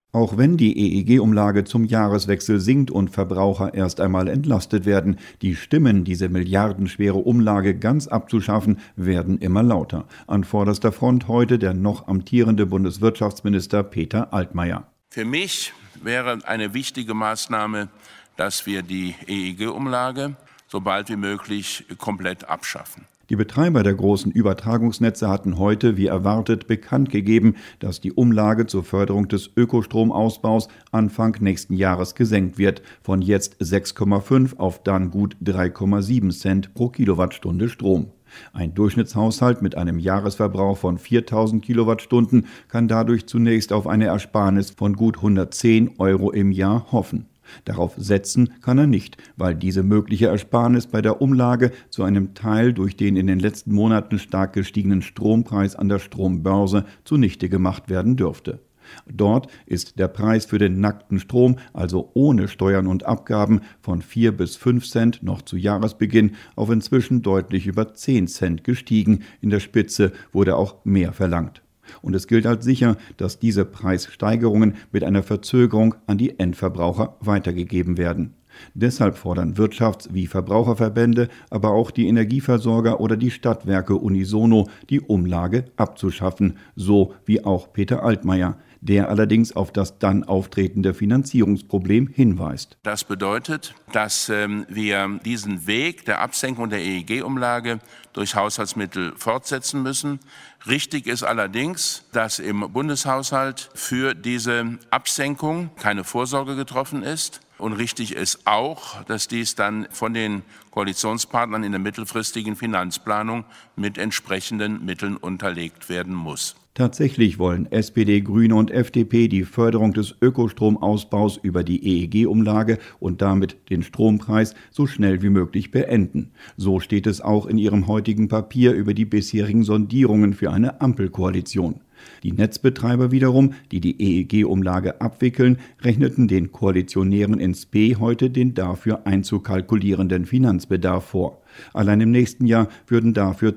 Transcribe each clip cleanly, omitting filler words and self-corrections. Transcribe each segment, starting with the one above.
Auch wenn die EEG-Umlage zum Jahreswechsel sinkt und Verbraucher erst einmal entlastet werden, die Stimmen, diese milliardenschwere Umlage ganz abzuschaffen, werden immer lauter. An vorderster Front heute der noch amtierende Bundeswirtschaftsminister Peter Altmaier. Für mich wäre eine wichtige Maßnahme, dass wir die EEG-Umlage so bald wie möglich komplett abschaffen. Die Betreiber der großen Übertragungsnetze hatten heute, wie erwartet, bekannt gegeben, dass die Umlage zur Förderung des Ökostromausbaus Anfang nächsten Jahres gesenkt wird, von jetzt 6,5 auf dann gut 3,7 Cent pro Kilowattstunde Strom. Ein Durchschnittshaushalt mit einem Jahresverbrauch von 4.000 Kilowattstunden kann dadurch zunächst auf eine Ersparnis von gut 110 € im Jahr hoffen. Darauf setzen kann er nicht, weil diese mögliche Ersparnis bei der Umlage zu einem Teil durch den in den letzten Monaten stark gestiegenen Strompreis an der Strombörse zunichte gemacht werden dürfte. Dort ist der Preis für den nackten Strom, also ohne Steuern und Abgaben, von 4 bis 5 Cent noch zu Jahresbeginn auf inzwischen deutlich über 10 Cent gestiegen. In der Spitze wurde auch mehr verlangt. Und es gilt als sicher, dass diese Preissteigerungen mit einer Verzögerung an die Endverbraucher weitergegeben werden. Deshalb fordern Wirtschafts- wie Verbraucherverbände, aber auch die Energieversorger oder die Stadtwerke unisono, die Umlage abzuschaffen, so wie auch Peter Altmaier, der allerdings auf das dann auftretende Finanzierungsproblem hinweist. Das bedeutet, dass wir diesen Weg der Absenkung der EEG-Umlage durch Haushaltsmittel fortsetzen müssen. Richtig ist allerdings, dass im Bundeshaushalt für diese Absenkung keine Vorsorge getroffen ist. Und richtig ist auch, dass dies dann von den Koalitionspartnern in der mittelfristigen Finanzplanung mit entsprechenden Mitteln unterlegt werden muss. Tatsächlich wollen SPD, Grüne und FDP die Förderung des Ökostromausbaus über die EEG-Umlage und damit den Strompreis so schnell wie möglich beenden. So steht es auch in ihrem heutigen Papier über die bisherigen Sondierungen für eine Ampelkoalition. Die Netzbetreiber wiederum, die die EEG-Umlage abwickeln, rechneten den Koalitionären ins B heute den dafür einzukalkulierenden Finanzbedarf vor. Allein im nächsten Jahr würden dafür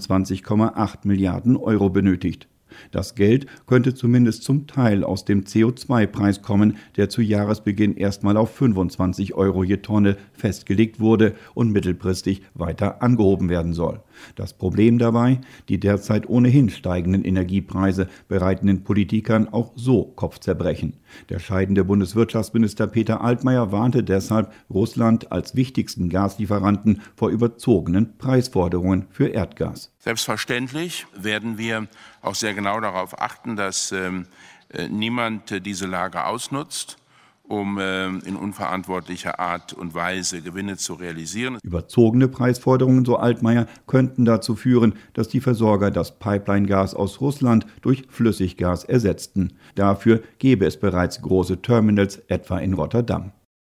22,8 Milliarden € benötigt. Das Geld könnte zumindest zum Teil aus dem CO2-Preis kommen, der zu Jahresbeginn erstmal auf 25 € je Tonne festgelegt wurde und mittelfristig weiter angehoben werden soll. Das Problem dabei: Die derzeit ohnehin steigenden Energiepreise bereiten den Politikern auch so Kopfzerbrechen. Der scheidende Bundeswirtschaftsminister Peter Altmaier warnte deshalb Russland als wichtigsten Gaslieferanten vor überzogenen Preisforderungen für Erdgas. Selbstverständlich werden wir auch sehr genau darauf achten, dass niemand diese Lage ausnutzt, um in unverantwortlicher Art und Weise Gewinne zu realisieren. Überzogene Preisforderungen, so Altmaier, könnten dazu führen, dass die Versorger das Pipeline-Gas aus Russland durch Flüssiggas ersetzten. Dafür gäbe es bereits große Terminals, etwa in Rotterdam.